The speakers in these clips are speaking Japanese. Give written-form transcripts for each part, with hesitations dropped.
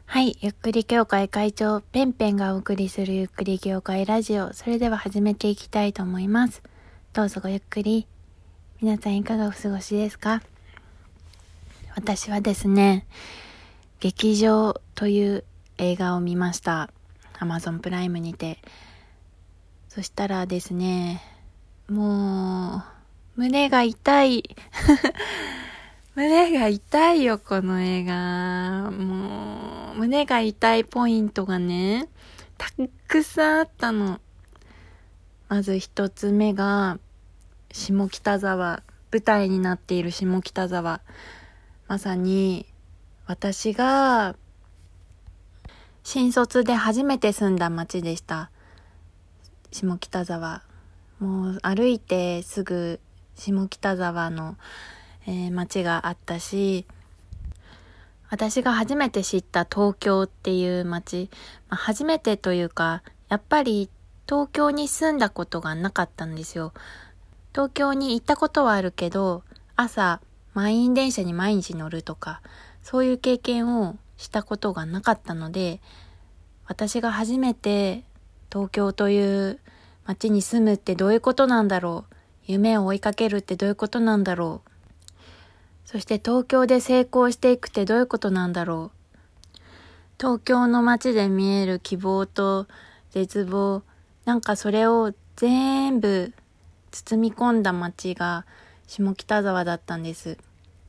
はい、ゆっくり協会会長ペンペンがお送りするゆっくり協会ラジオ。それでは始めていきたいと思います。どうぞごゆっくり。皆さんいかがお過ごしですか？私はですね、劇場という映画を見ました。Amazon プライムにて。そしたらですね、もう胸が痛い胸が痛いよ、この映画。もう、胸が痛いポイントがね、たくさんあったの。まず一つ目が、下北沢。舞台になっている下北沢。まさに、私が、新卒で初めて住んだ街でした。下北沢。もう歩いてすぐ下北沢の、街があったし、私が初めて知った東京っていう街、初めてというか、やっぱり東京に住んだことがなかったんですよ。東京に行ったことはあるけど、朝満員電車に毎日乗るとか、そういう経験をしたことがなかったので、私が初めて東京という街に住むってどういうことなんだろう、夢を追いかけるってどういうことなんだろう、そして東京で成功していくってどういうことなんだろう。東京の街で見える希望と絶望、なんかそれを全部包み込んだ街が下北沢だったんです。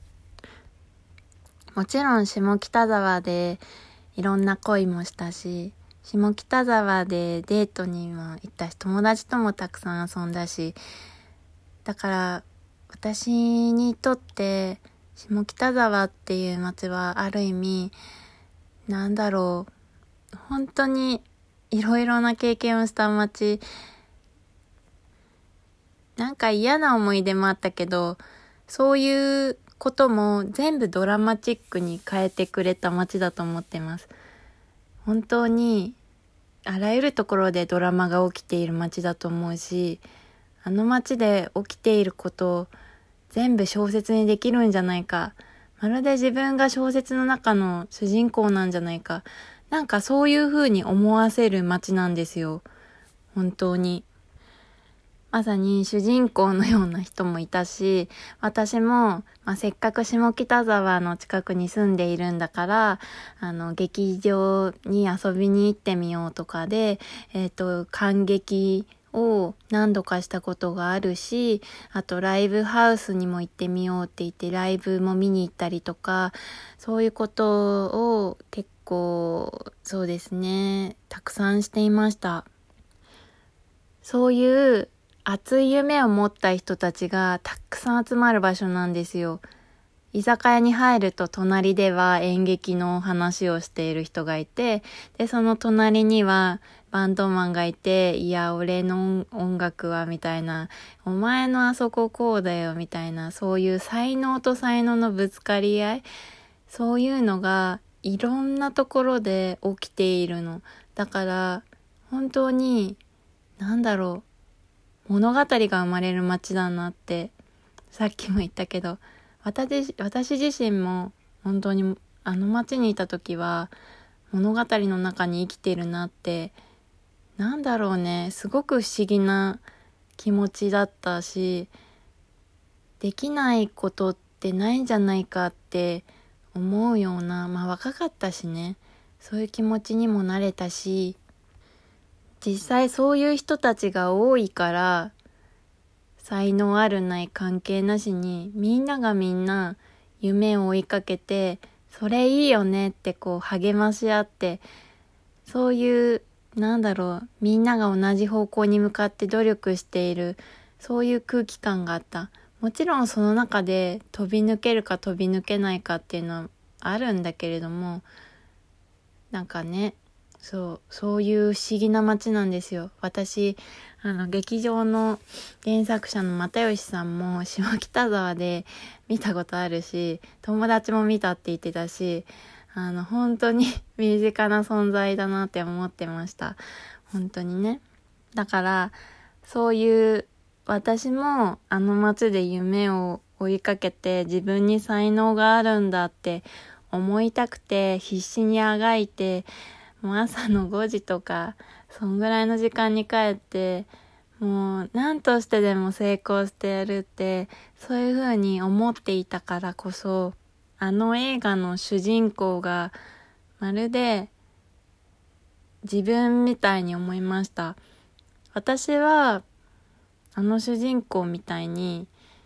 もちろん下北沢でいろんな恋もしたし、下北沢でデートにも行ったし、友達ともたくさん遊んだし、だから私にとって下北沢っていう街はある意味、なんだろう、本当にいろいろな経験をした街。なんか嫌な思い出もあったけど、そういうことも全部ドラマチックに変えてくれた街だと思ってます。本当にあらゆるところでドラマが起きている街だと思うし、あの街で起きていることを全部小説にできるんじゃないか。まるで自分が小説の中の主人公なんじゃないか。なんかそういう風に思わせる街なんですよ。本当に。まさに主人公のような人もいたし、私も、せっかく下北沢の近くに住んでいるんだから、劇場に遊びに行ってみようとかで、観劇を何度かしたことがあるし、あとライブハウスにも行ってみようって言ってライブも見に行ったりとか、そういうことを結構そうですね、たくさんしていました。そういう熱い夢を持った人たちがたくさん集まる場所なんですよ。居酒屋に入ると隣では演劇の話をしている人がいて、で、その隣にはバンドマンがいて、いや、俺の音楽はみたいな、お前のあそここうだよみたいな、そういう才能と才能のぶつかり合い、そういうのがいろんなところで起きているの。だから、本当に、なんだろう、物語が生まれる街だなって、さっきも言ったけど、私自身も本当にあの街にいた時は物語の中に生きてるなって、なんだろうね、すごく不思議な気持ちだったし、できないことってないんじゃないかって思うような、若かったしね、そういう気持ちにもなれたし、実際そういう人たちが多いから、才能あるない関係なしにみんながみんな夢を追いかけて、それいいよねってこう励まし合って、そういうみんなが同じ方向に向かって努力している、そういう空気感があった。もちろんその中で飛び抜けるか飛び抜けないかっていうのはあるんだけれども、なんかね、そういう不思議な街なんですよ。私、劇場の原作者の又吉さんも下北沢で見たことあるし、友達も見たって言ってたし、本当に身近な存在だなって思ってました。本当にね。だから、そういう私も街で夢を追いかけて自分に才能があるんだって思いたくて必死にあがいて、もう朝の5時とかそんぐらいの時間に帰って、もう何としてでも成功してやるって、そういう風に思っていたからこそ、あの映画の主人公がまるで自分みたいに思いました。私はあの主人公みたいに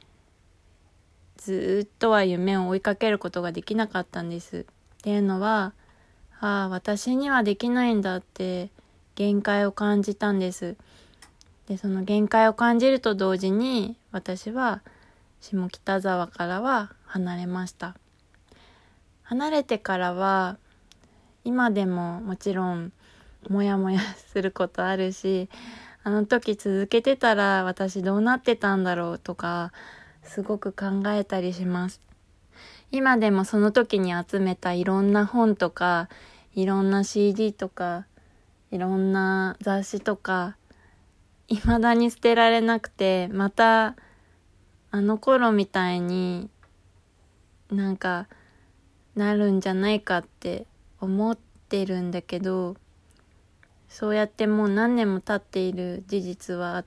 ずっとは夢を追いかけることができなかったんです。っていうのは、私にはできないんだって限界を感じたんです。で、その限界を感じると同時に、私は下北沢からは離れました。離れてからは、今でももちろんモヤモヤすることあるし、あの時続けてたら私どうなってたんだろうとか、すごく考えたりします。今でもその時に集めたいろんな本とか、いろんな CD とか、いろんな雑誌とか、未だに捨てられなくて、またあの頃みたいになんかなるんじゃないかって思ってるんだけど、そうやってもう何年も経っている事実はあって、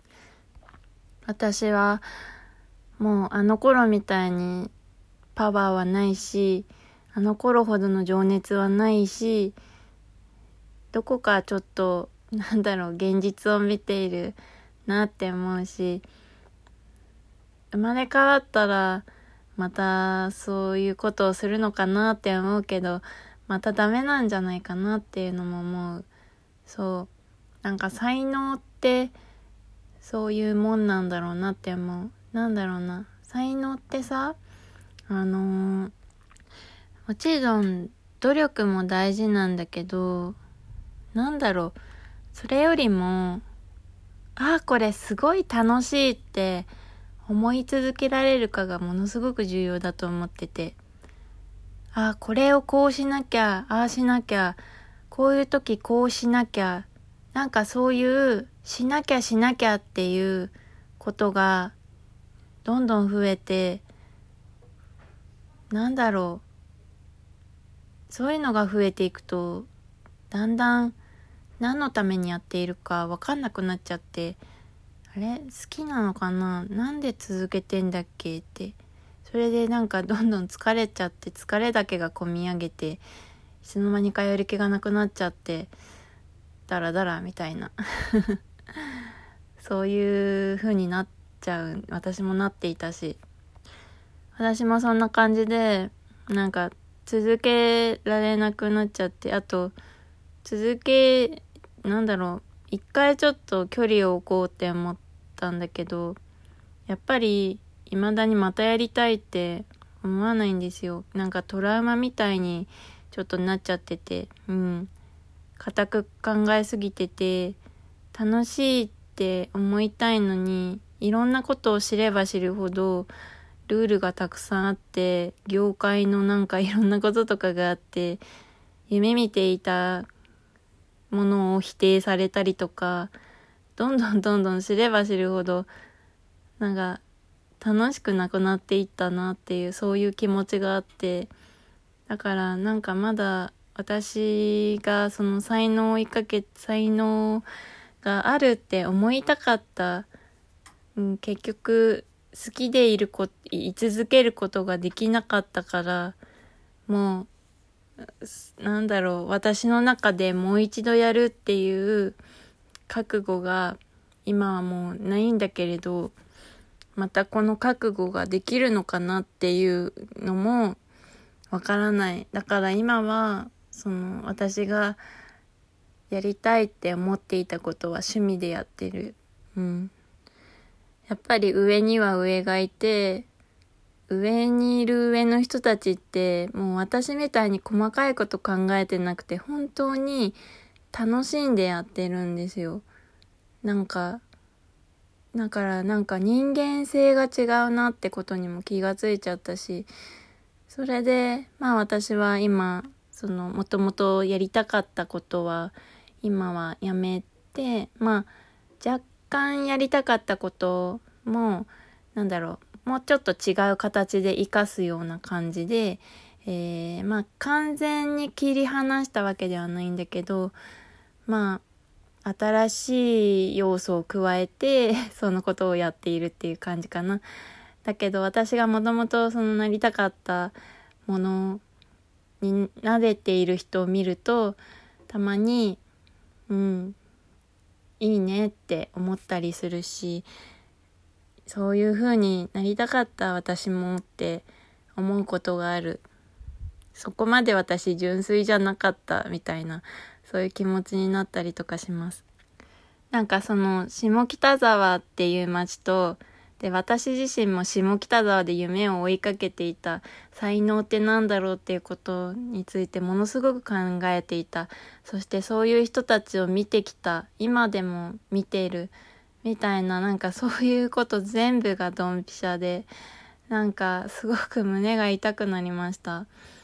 私はもうあの頃みたいにパワーはないし、あの頃ほどの情熱はないし、どこかちょっと現実を見ているなって思うし、生まれ変わったらまたそういうことをするのかなって思うけど、またダメなんじゃないかなっていうのも思う。そう、才能ってそういうもんなんだろうなって思う。才能ってさ、もちろん努力も大事なんだけど、それよりも、これすごい楽しいって思い続けられるかがものすごく重要だと思ってて、これをこうしなきゃ、ああしなきゃ、こういう時こうしなきゃ、そういうしなきゃっていうことがどんどん増えて、そういうのが増えていくと、だんだん何のためにやっているか分かんなくなっちゃって、好きなのかな、なんで続けてんだっけって、それでどんどん疲れちゃって、疲れだけがこみ上げて、いつの間にかやる気がなくなっちゃって、ダラダラみたいなそういう風になっちゃう。私もなっていたし、私もそんな感じで続けられなくなっちゃって、あと一回ちょっと距離を置こうって思ったんだけど、やっぱり未だにまたやりたいって思わないんですよ。トラウマみたいにちょっとなっちゃってて、固く考えすぎてて、楽しいって思いたいのに、いろんなことを知れば知るほどルールがたくさんあって、業界のいろんなこととかがあって、夢見ていたものを否定されたりとか、どんどん知れば知るほど楽しくなくなっていったなっていう、そういう気持ちがあって、だからまだ私がその才能があるって思いたかった、結局好きで居続けることができなかったから、もう私の中でもう一度やるっていう覚悟が今はもうないんだけれど、またこの覚悟ができるのかなっていうのもわからない。だから今は私がやりたいって思っていたことは趣味でやってる。やっぱり上には上がいて、上にいる上の人たちってもう私みたいに細かいこと考えてなくて、本当に楽しんでやってるんですよ。だから人間性が違うなってことにも気がついちゃったし、それで私は今もともとやりたかったことは今はやめて、若干やりたかったことももうちょっと違う形で活かすような感じで完全に切り離したわけではないんだけど、新しい要素を加えてそのことをやっているっていう感じかな。だけど私がもともとそのなりたかったものに慣れている人を見ると、たまにいいねって思ったりするし、そういう風になりたかった私もって思うことがある。そこまで私純粋じゃなかったみたいな、そういう気持ちになったりとかします。なんかその下北沢っていう街と、で私自身も下北沢で夢を追いかけていた才能ってなんだろうっていうことについてものすごく考えていた。そしてそういう人たちを見てきた、今でも見ているみたいな、なんかそういうこと全部がドンピシャで、なんかすごく胸が痛くなりました。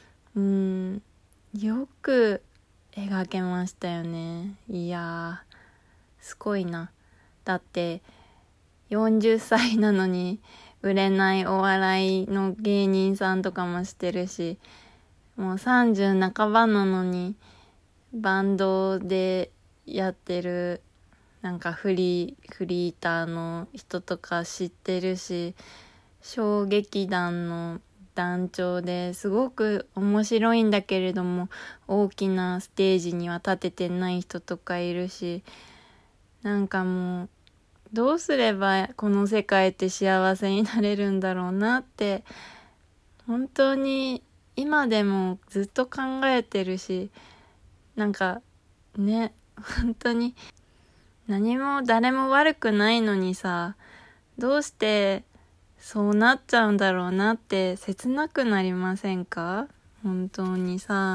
よく描けましたよね。いやー、すごいな。だって40歳なのに売れないお笑いの芸人さんとかもしてるし、もう30半ばなのにバンドでやってるなんかフリーターの人とか知ってるし、小劇団の団長ですごく面白いんだけれども大きなステージには立ててない人とかいるし、なんかもうどうすればこの世界って幸せになれるんだろうなって本当に今でもずっと考えてるし、なんかね、本当に何も誰も悪くないのにさ、どうしてそうなっちゃうんだろうなって切なくなりませんか？本当にさ。